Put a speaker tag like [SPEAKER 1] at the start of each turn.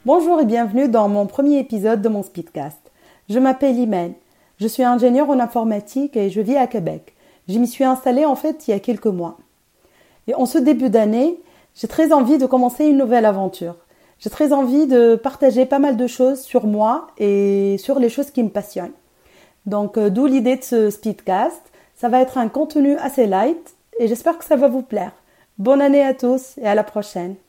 [SPEAKER 1] Bonjour et bienvenue dans mon premier épisode de mon Speedcast. Je m'appelle Imen, je suis ingénieure en informatique et je vis à Québec. Je m'y suis installée il y a quelques mois. Et en ce début d'année, j'ai très envie de commencer une nouvelle aventure. J'ai très envie de partager pas mal de choses sur moi et sur les choses qui me passionnent. Donc d'où l'idée de ce Speedcast. Ça va être un contenu assez light et j'espère que ça va vous plaire. Bonne année à tous et à la prochaine.